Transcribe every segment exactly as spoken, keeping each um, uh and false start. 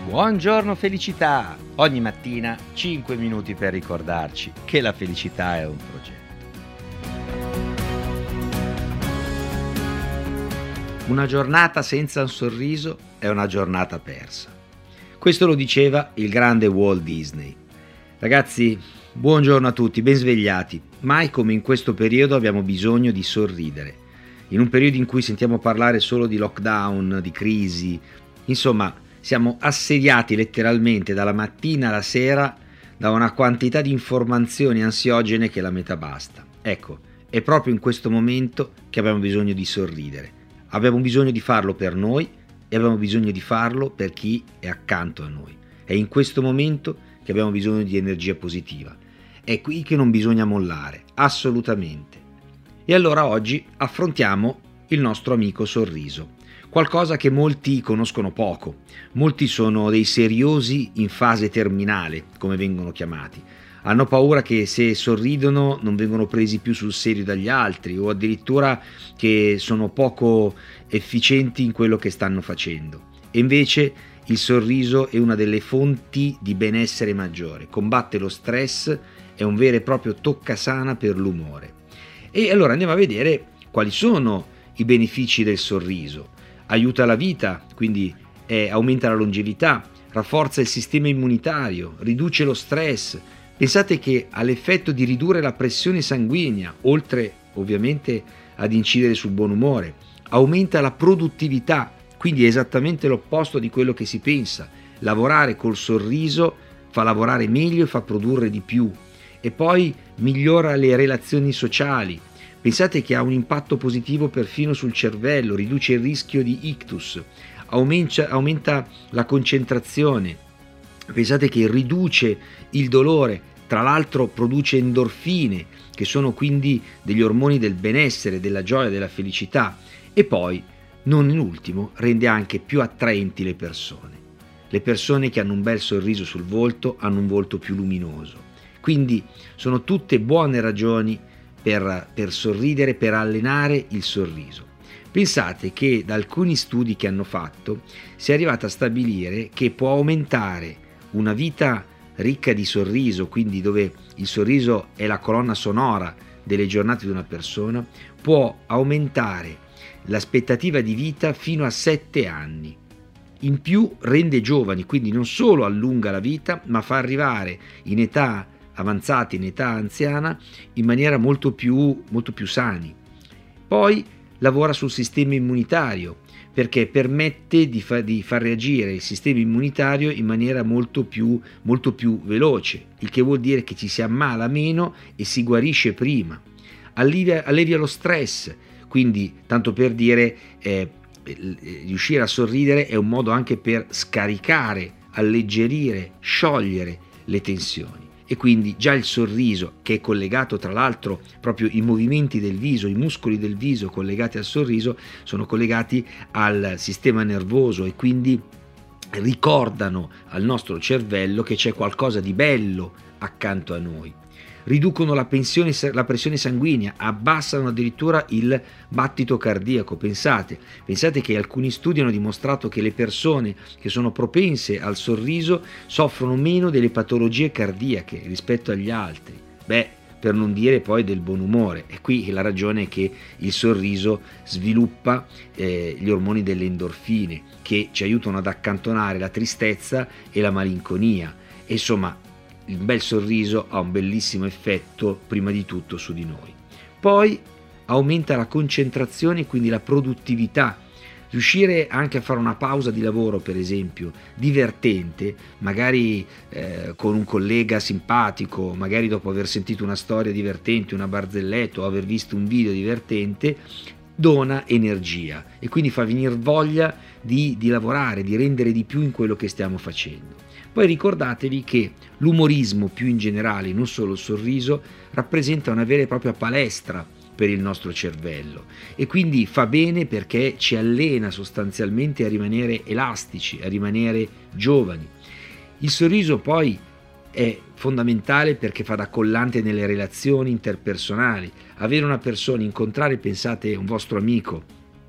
Buongiorno felicità! Ogni mattina cinque minuti per ricordarci che la felicità è un progetto. Una giornata senza un sorriso è una giornata persa. Questo lo diceva il grande Walt Disney. Ragazzi, buongiorno a tutti, ben svegliati. Mai come in questo periodo abbiamo bisogno di sorridere. In un periodo in cui sentiamo parlare solo di lockdown, di crisi, insomma, siamo assediati letteralmente dalla mattina alla sera da una quantità di informazioni ansiogene che la metà basta. Ecco, è proprio in questo momento che abbiamo bisogno di sorridere. Abbiamo bisogno di farlo per noi e abbiamo bisogno di farlo per chi è accanto a noi. È in questo momento che abbiamo bisogno di energia positiva. È qui che non bisogna mollare, assolutamente. E allora oggi affrontiamo il nostro amico sorriso. Qualcosa che molti conoscono poco. Molti sono dei seriosi in fase terminale, come vengono chiamati. Hanno paura che se sorridono non vengono presi più sul serio dagli altri o addirittura che sono poco efficienti in quello che stanno facendo. E invece il sorriso è una delle fonti di benessere maggiore. Combatte lo stress, è un vero e proprio toccasana per l'umore. E allora andiamo a vedere quali sono i benefici del sorriso. Aiuta la vita, quindi eh, aumenta la longevità, rafforza il sistema immunitario, riduce lo stress. Pensate che ha l'effetto di ridurre la pressione sanguigna, oltre ovviamente ad incidere sul buon umore. Aumenta la produttività, quindi è esattamente l'opposto di quello che si pensa. Lavorare col sorriso fa lavorare meglio e fa produrre di più. E poi migliora le relazioni sociali. Pensate che ha un impatto positivo perfino sul cervello, riduce il rischio di ictus, aumenta, aumenta la concentrazione, pensate che riduce il dolore, tra l'altro produce endorfine, che sono quindi degli ormoni del benessere, della gioia, della felicità, e poi, non in ultimo, rende anche più attraenti le persone. Le persone che hanno un bel sorriso sul volto hanno un volto più luminoso. Quindi sono tutte buone ragioni Per, per sorridere, per allenare il sorriso. Pensate che da alcuni studi che hanno fatto si è arrivata a stabilire che può aumentare una vita ricca di sorriso, quindi dove il sorriso è la colonna sonora delle giornate di una persona, può aumentare l'aspettativa di vita fino a sette anni. In più rende giovani, quindi non solo allunga la vita, ma fa arrivare in età avanzati, in età anziana, in maniera molto più, molto più sani. Poi lavora sul sistema immunitario, perché permette di, fa, di far reagire il sistema immunitario in maniera molto più, molto più veloce, il che vuol dire che ci si ammala meno e si guarisce prima. Allevia, allevia lo stress, quindi tanto per dire eh, riuscire a sorridere è un modo anche per scaricare, alleggerire, sciogliere le tensioni. E quindi già il sorriso, che è collegato tra l'altro proprio i movimenti del viso, i muscoli del viso collegati al sorriso, sono collegati al sistema nervoso e quindi ricordano al nostro cervello che c'è qualcosa di bello accanto a noi. Riducono la, pensione, la pressione sanguigna, abbassano addirittura il battito cardiaco. Pensate, pensate che alcuni studi hanno dimostrato che le persone che sono propense al sorriso soffrono meno delle patologie cardiache rispetto agli altri. Beh, per non dire poi del buon umore. E qui la ragione è che il sorriso sviluppa eh, gli ormoni delle endorfine, che ci aiutano ad accantonare la tristezza e la malinconia. E insomma, il bel sorriso ha un bellissimo effetto prima di tutto su di noi. Poi aumenta la concentrazione e quindi la produttività. Riuscire anche a fare una pausa di lavoro, per esempio, divertente, magari eh, con un collega simpatico, magari dopo aver sentito una storia divertente, una barzelletta o aver visto un video divertente, dona energia e quindi fa venire voglia di, di lavorare, di rendere di più in quello che stiamo facendo. Poi ricordatevi che l'umorismo più in generale, non solo il sorriso, rappresenta una vera e propria palestra per il nostro cervello e quindi fa bene perché ci allena sostanzialmente a rimanere elastici, a rimanere giovani. Il sorriso poi è fondamentale perché fa da collante nelle relazioni interpersonali. Avere una persona, incontrare, pensate, un vostro amico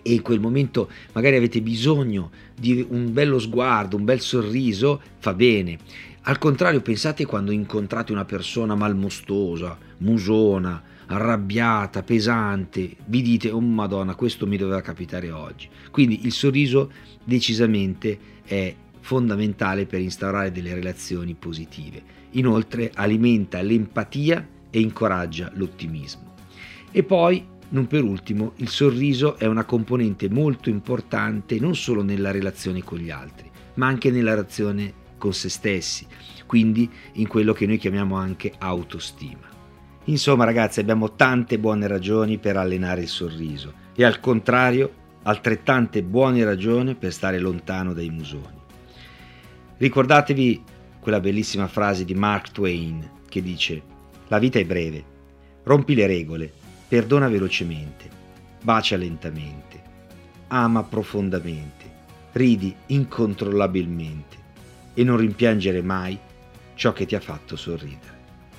e in quel momento magari avete bisogno di un bello sguardo, un bel sorriso, fa bene. Al contrario, pensate quando incontrate una persona malmostosa, musona, arrabbiata, pesante, vi dite: oh Madonna, questo mi doveva capitare oggi. Quindi il sorriso decisamente è fondamentale per instaurare delle relazioni positive. Inoltre alimenta l'empatia e incoraggia l'ottimismo. E poi, non per ultimo, il sorriso è una componente molto importante non solo nella relazione con gli altri, ma anche nella relazione con se stessi, quindi in quello che noi chiamiamo anche autostima. Insomma ragazzi, abbiamo tante buone ragioni per allenare il sorriso e al contrario altrettante buone ragioni per stare lontano dai musoni. Ricordatevi quella bellissima frase di Mark Twain che dice: la vita è breve, rompi le regole, perdona velocemente, bacia lentamente, ama profondamente, ridi incontrollabilmente e non rimpiangere mai ciò che ti ha fatto sorridere.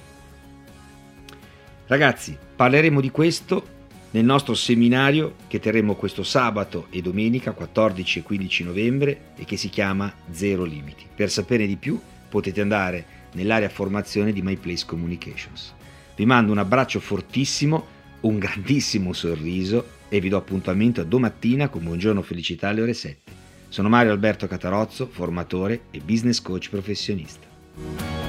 Ragazzi, parleremo di questo nel nostro seminario che terremo questo sabato e domenica quattordici e quindici novembre e che si chiama Zero Limiti. Per sapere di più potete andare nell'area formazione di My Place Communications. Vi mando un abbraccio fortissimo, un grandissimo sorriso e vi do appuntamento a domattina con Buongiorno Felicità alle ore sette. Sono Mario Alberto Catarozzo, formatore e business coach professionista.